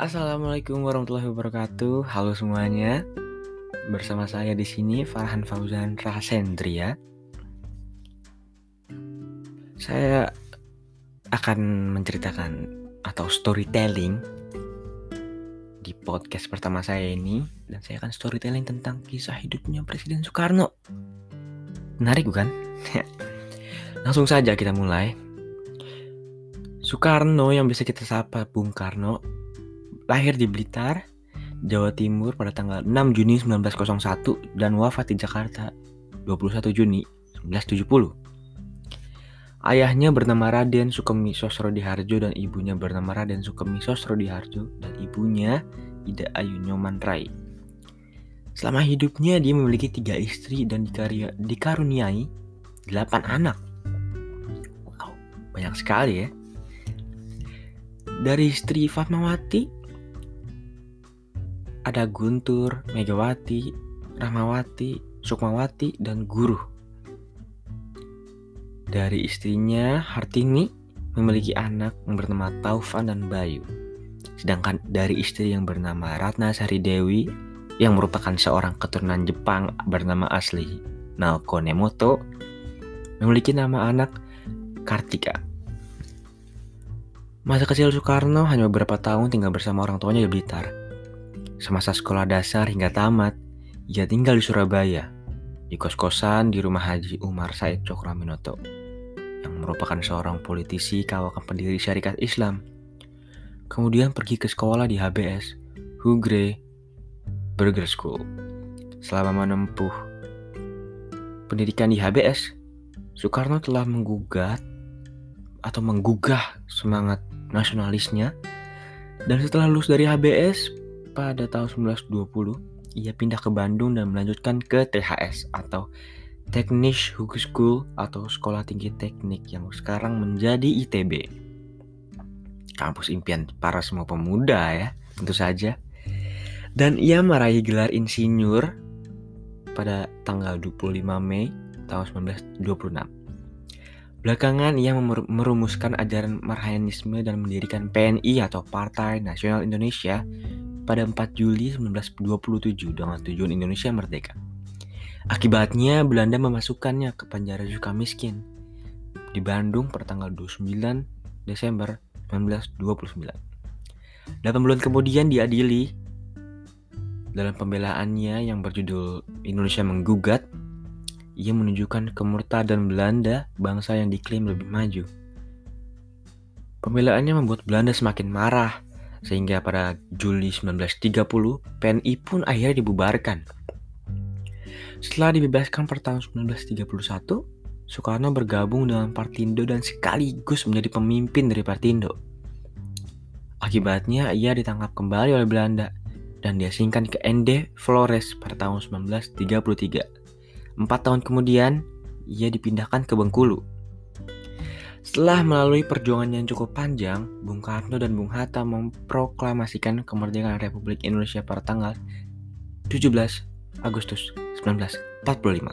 Assalamualaikum warahmatullahi wabarakatuh. Halo semuanya. Bersama saya di sini Farhan Fauzan Rahasendria. Saya akan menceritakan atau storytelling di podcast pertama saya ini, dan saya akan storytelling tentang kisah hidupnya Presiden Soekarno. Menarik bukan? Langsung saja kita mulai. Soekarno yang bisa kita sapa Bung Karno lahir di Blitar, Jawa Timur pada tanggal 6 Juni 1901 dan wafat di Jakarta 21 Juni 1970. Ayahnya bernama Raden Sukemi Sosrodiharjo dan ibunya bernama Raden Sukemi Sosrodiharjo dan ibunya Ida Ayu Nyoman Rai. Selama hidupnya dia memiliki 3 istri dan dikaruniai 8 anak. Wow, banyak sekali ya. Dari istri Fatmawati ada Guntur, Megawati, Rahmawati, Sukmawati, dan Guruh. Dari istrinya Hartini memiliki anak yang bernama Taufan dan Bayu. Sedangkan dari istri yang bernama Ratnasari Dewi yang merupakan seorang keturunan Jepang bernama asli Naoko Nemoto memiliki nama anak Kartika. Masa kecil Soekarno hanya beberapa tahun tinggal bersama orang tuanya di Blitar. Semasa sekolah dasar hingga tamat, ia tinggal di Surabaya, di kos-kosan di rumah Haji Umar Said Cokroaminoto, yang merupakan seorang politisi kawakan pendiri Syarikat Islam. Kemudian pergi ke sekolah di HBS, Hugre Burger School. Selama menempuh pendidikan di HBS, Soekarno telah menggugah semangat nasionalisnya, dan setelah lulus dari HBS pada tahun 1920, ia pindah ke Bandung dan melanjutkan ke THS atau Technische Hogeschool atau Sekolah Tinggi Teknik yang sekarang menjadi ITB. Kampus impian para semua pemuda ya, tentu saja. Dan ia meraih gelar insinyur pada tanggal 25 Mei tahun 1926. Belakangan ia merumuskan ajaran Marhaenisme dan mendirikan PNI atau Partai Nasional Indonesia pada 4 Juli 1927 dengan tujuan Indonesia merdeka. Akibatnya Belanda memasukkannya ke penjara Sukamiskin di Bandung pada tanggal 29 Desember 1929. 8 bulan kemudian diadili. Dalam pembelaannya yang berjudul Indonesia Menggugat, ia menunjukkan kemurtadan Belanda, bangsa yang diklaim lebih maju. Pembelaannya membuat Belanda semakin marah, sehingga pada Juli 1930 PNI pun akhirnya dibubarkan. Setelah dibebaskan pada tahun 1931, Soekarno bergabung dengan Partindo dan sekaligus menjadi pemimpin dari Partindo. Akibatnya ia ditangkap kembali oleh Belanda dan diasingkan ke Ende Flores pada tahun 1933. 4 tahun kemudian, ia dipindahkan ke Bengkulu. Setelah melalui perjuangan yang cukup panjang, Bung Karno dan Bung Hatta memproklamasikan kemerdekaan Republik Indonesia pada tanggal 17 Agustus 1945.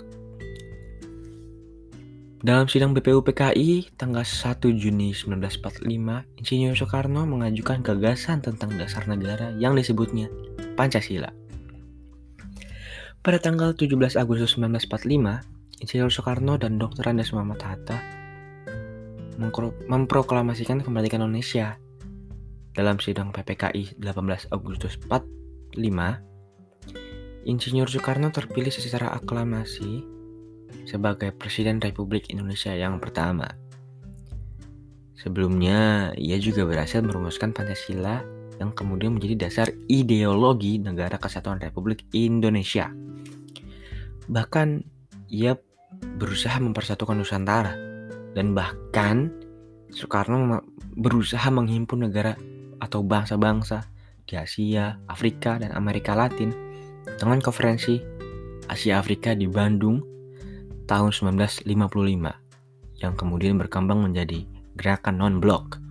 Dalam sidang BPUPKI tanggal 1 Juni 1945, Insinyur Soekarno mengajukan gagasan tentang dasar negara yang disebutnya Pancasila. Pada tanggal 17 Agustus 1945, Insinyur Soekarno dan Dr. Andes Muhammad Hatta memproklamasikan kemerdekaan Indonesia. Dalam sidang PPKI 18 Agustus 45, Insinyur Soekarno terpilih secara aklamasi sebagai Presiden Republik Indonesia yang pertama. Sebelumnya, ia juga berhasil merumuskan Pancasila yang kemudian menjadi dasar ideologi Negara Kesatuan Republik Indonesia. Bahkan, ia berusaha mempersatukan Nusantara, dan bahkan Soekarno berusaha menghimpun negara atau bangsa-bangsa di Asia, Afrika, dan Amerika Latin dengan konferensi Asia Afrika di Bandung tahun 1955 yang kemudian berkembang menjadi Gerakan Non-Blok.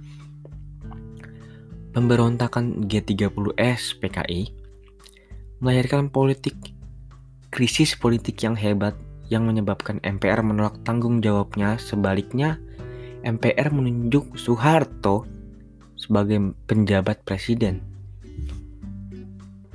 Pemberontakan G30S PKI melahirkan krisis politik yang hebat yang menyebabkan MPR menolak tanggung jawabnya. Sebaliknya, MPR menunjuk Soeharto sebagai penjabat presiden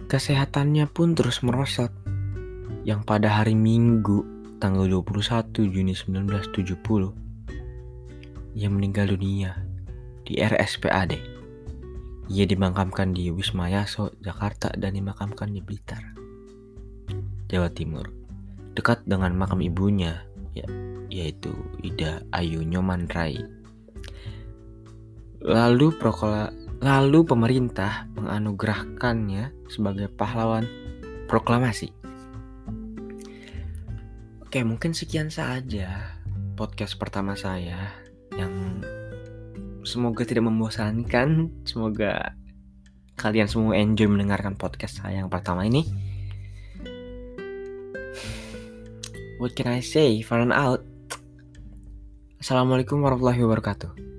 Kesehatannya pun terus merosot, yang pada hari Minggu tanggal 21 Juni 1970 ia meninggal dunia di RSPAD. Ia dimakamkan di Wisma Yaso, Jakarta dan dimakamkan di Blitar, Jawa Timur, dekat dengan makam ibunya, yaitu Ida Ayu Nyoman Rai. Lalu pemerintah menganugerahkannya sebagai pahlawan proklamasi. Oke, mungkin sekian saja podcast pertama saya yang semoga tidak membosankan. Semoga kalian semua enjoy mendengarkan podcast saya yang pertama ini. What can I say? Far and out. Assalamualaikum warahmatullahi wabarakatuh.